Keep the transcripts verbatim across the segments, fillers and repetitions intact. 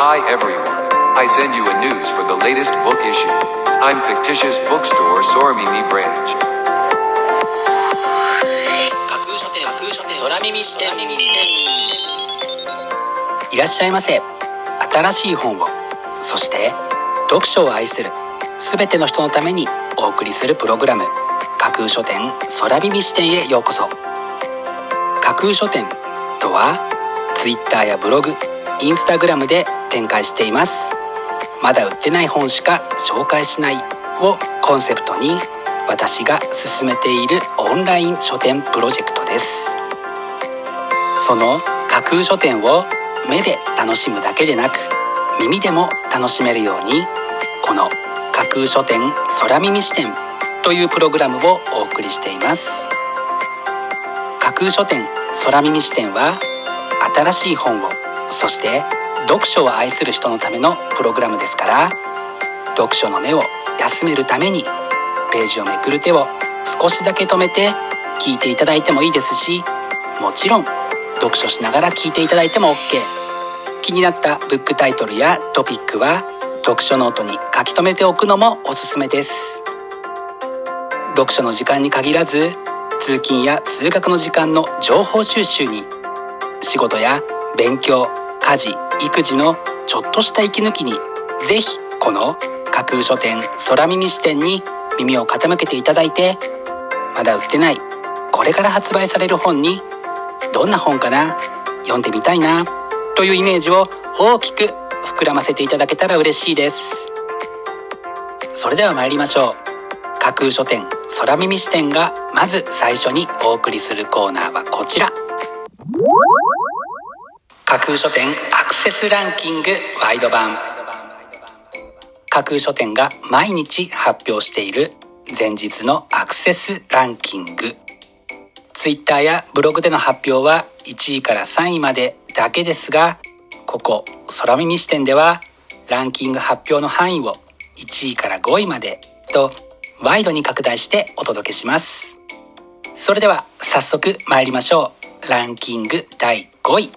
Hi everyone. I send you a news for the latest book issue. I'm fictitious bookstore Soramimi branch. 架空書店空耳視点。いらっしゃいませ。新しい本を、そして読書を愛するすべての人のためにお送りするプログラム、架空書店空耳視点へようこそ。架空書店とは Twitter やブログ、インスタグラムで展開しています。まだ売ってない本しか紹介しないをコンセプトに私が進めているオンライン書店プロジェクトです。その架空書店を目で楽しむだけでなく耳でも楽しめるように、この架空書店空耳視点というプログラムをお送りしています。架空書店空耳視点は新しい本を、そして読書を愛する人のためのプログラムですから、読書の目を休めるためにページをめくる手を少しだけ止めて聞いていただいてもいいですし、もちろん読書しながら聞いていただいても OK。 気になったブックタイトルやトピックは読書ノートに書き留めておくのもおすすめです。読書の時間に限らず、通勤や通学の時間の情報収集に、仕事や勉強、家事、育児のちょっとした息抜きに、ぜひこの架空書店空耳視点に耳を傾けていただいて、まだ売ってない、これから発売される本に、どんな本かな、読んでみたいなというイメージを大きく膨らませていただけたら嬉しいです。それでは参りましょう。架空書店空耳視点がまず最初にお送りするコーナーはこちら。架空書店アクセスランキングワイド版。架空書店が毎日発表している前日のアクセスランキング。ツイッターやブログでの発表はいちいからさんいまでだけですが、ここ空耳視点ではランキング発表の範囲をいちいからごいまでとワイドに拡大してお届けします。それでは早速参りましょう。ランキングだいごい。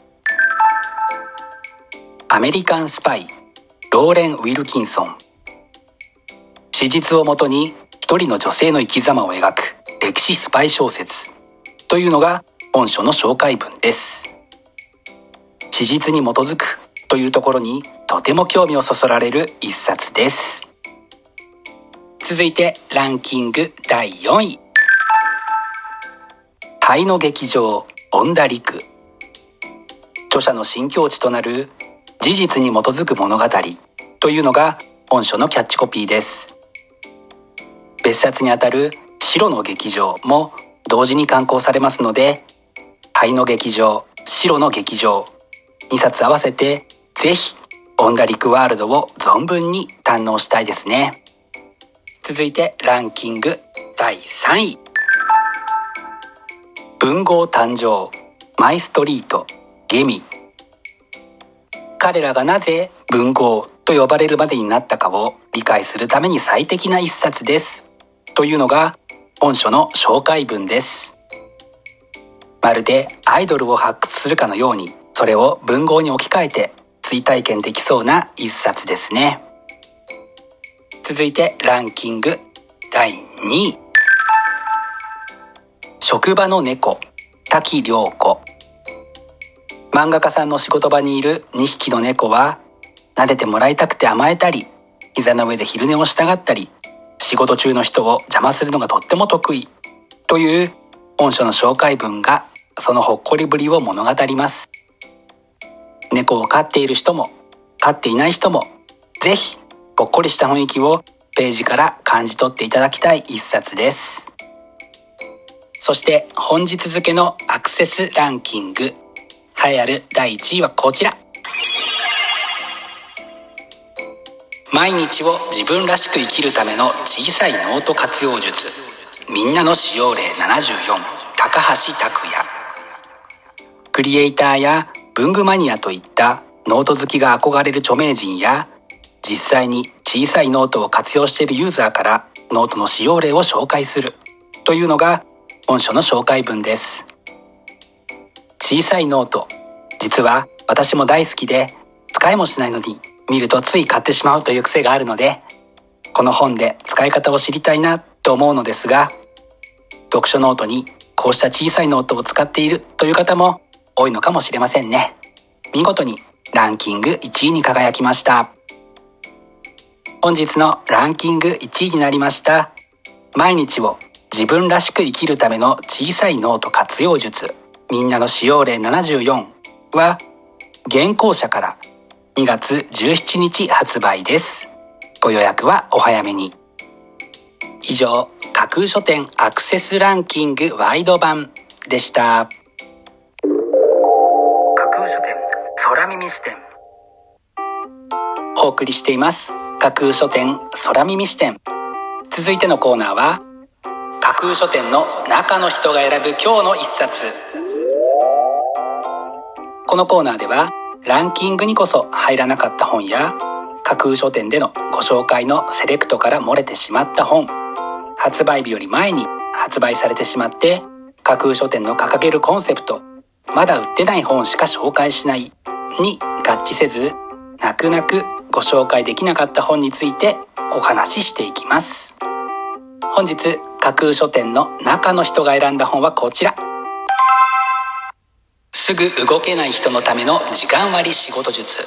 アメリカンスパイ、ローレン・ウィルキンソン。史実をもとに一人の女性の生き様を描く歴史スパイ小説というのが本書の紹介文です。史実に基づくというところにとても興味をそそられる一冊です。続いてランキングだいよんい。灰の劇場、恩田陸。著者の新境地となる事実に基づく物語というのが本書のキャッチコピーです。別冊にあたる白の劇場も同時に刊行されますので、灰の劇場、白の劇場、にさつ合わせてぜひ恩田陸ワールドを存分に堪能したいですね。続いてランキングだいさんい。文豪誕生、マイストリート、ゲミ。彼らがなぜ文豪と呼ばれるまでになったかを理解するために最適な一冊ですというのが本書の紹介文です。まるでアイドルを発掘するかのように、それを文豪に置き換えて追体験できそうな一冊ですね。続いてランキングだいにい。職場の猫、滝涼子。漫画家さんの仕事場にいるにひきの猫は、撫でてもらいたくて甘えたり、膝の上で昼寝をしたがったり、仕事中の人を邪魔するのがとっても得意という本書の紹介文がそのほっこりぶりを物語ります。猫を飼っている人も飼っていない人も、ぜひほっこりした雰囲気をページから感じ取っていただきたい一冊です。そして本日付のアクセスランキング栄えあるだいいちいはこちら。毎日を自分らしく生きるための小さいノート活用術、みんなの使用例ななじゅうよん、高橋拓也。クリエイターや文具マニアといったノート好きが憧れる著名人や、実際に小さいノートを活用しているユーザーからノートの使用例を紹介するというのが本書の紹介文です。小さいノート、実は私も大好きで、 使いもしないのに見るとつい買ってしまうという癖があるので、この本で使い方を知りたいなと思うのですが、読書ノートにこうした小さいノートを使っているという方も多いのかもしれませんね。見事にランキングいちいに輝きました。本日のランキングいちいになりました毎日を自分らしく生きるための小さいノート活用術、みんなの使用例ななじゅうよんは原稿者からにがつじゅうしちにち発売です。ご予約はお早めに。以上、架空書店アクセスランキングワイド版でした。架空書店空耳視点、お送りしています架空書店空耳視点。続いてのコーナーは架空書店の中の人が選ぶ今日の一冊。このコーナーではランキングにこそ入らなかった本や架空書店でのご紹介のセレクトから漏れてしまった本、発売日より前に発売されてしまって架空書店の掲げるコンセプト、まだ売ってない本しか紹介しないに合致せず、泣く泣くご紹介できなかった本についてお話ししていきます。本日架空書店の中の人が選んだ本はこちら。すぐ動けない人のための時間割仕事術。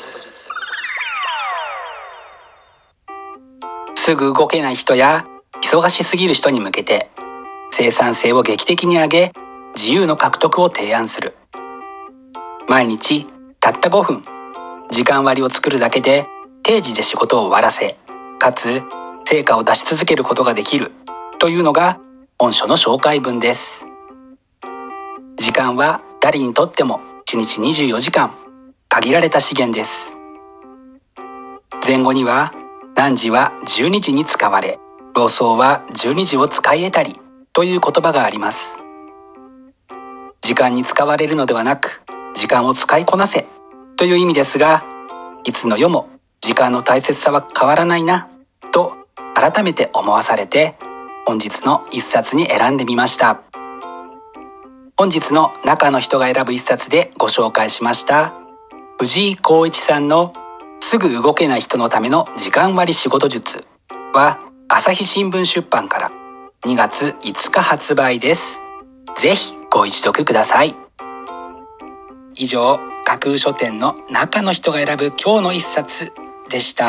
すぐ動けない人や忙しすぎる人に向けて生産性を劇的に上げ、自由の獲得を提案する。毎日たったごふん時間割を作るだけで定時で仕事を終わらせ、かつ成果を出し続けることができるというのが本書の紹介文です。時間は誰にとってもいちにちにじゅうよじかん、限られた資源です。前後には何時はじゅうにじに使われ、老僧はじゅうにじを使い得たりという言葉があります。時間に使われるのではなく、時間を使いこなせという意味ですが、いつの世も時間の大切さは変わらないなと改めて思わされて、本日の一冊に選んでみました。本日の中の人が選ぶ一冊でご紹介しました藤井浩一さんのすぐ動けない人のための時間割仕事術は朝日新聞出版からにがついつか発売です。ぜひご一読ください。以上、架空書店の中の人が選ぶ今日の一冊でした。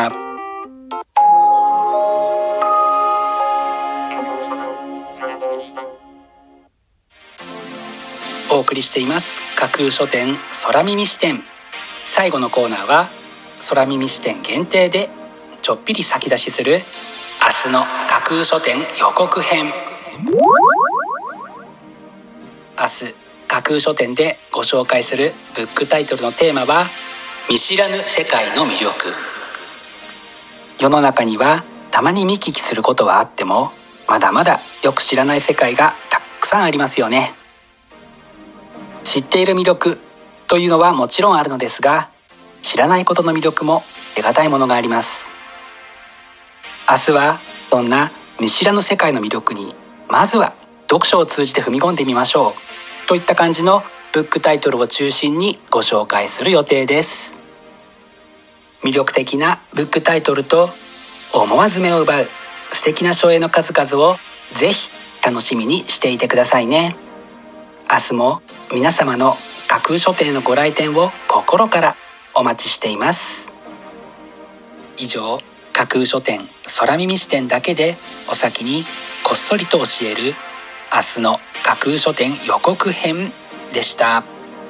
お送りしています架空書店空耳視点。最後のコーナーは空耳視点限定でちょっぴり先出しする明日の架空書店予告編。明日架空書店でご紹介するブックタイトルのテーマは見知らぬ世界の魅力。世の中にはたまに見聞きすることはあっても、まだまだよく知らない世界がたくさんありますよね。知っている魅力というのはもちろんあるのですが、知らないことの魅力も得難いものがあります。明日はそんな見知らぬ世界の魅力にまずは読書を通じて踏み込んでみましょうといった感じのブックタイトルを中心にご紹介する予定です。魅力的なブックタイトルと思わず目を奪う素敵な書影の数々をぜひ楽しみにしていてくださいね。明日も皆様の架空書店のご来店を心からお待ちしています。以上、架空書店空耳視点だけでお先にこっそりと教える明日の架空書店予告編でした。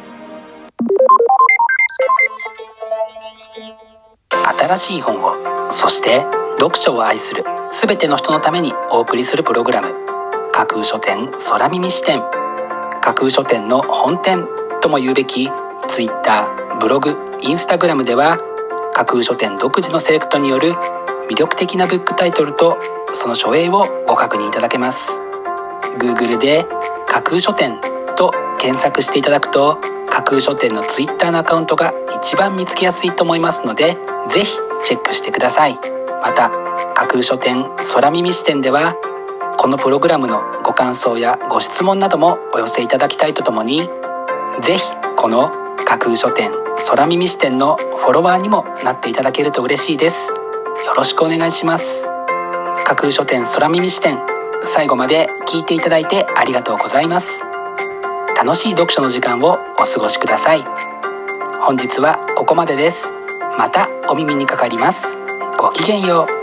新しい本を、そして読書を愛するすべての人のためにお送りするプログラム、架空書店空耳視点。架空書店の本店とも言うべきツイッター、ブログ、インスタグラムでは架空書店独自のセレクトによる魅力的なブックタイトルとその書影をご確認いただけます。 Google で架空書店と検索していただくと架空書店のツイッターのアカウントが一番見つけやすいと思いますので、ぜひチェックしてください。また架空書店空耳視点ではこのプログラムのご感想やご質問などもお寄せいただきたいとともに、ぜひこの架架空書店空耳視点のフォロワーにもなっていただけると嬉しいです。よろしくお願いします。架空書店空耳視点、最後まで聞いていただいてありがとうございます。楽しい読書の時間をお過ごしください。本日はここまでです。またお耳にかかります。ごきげんよう。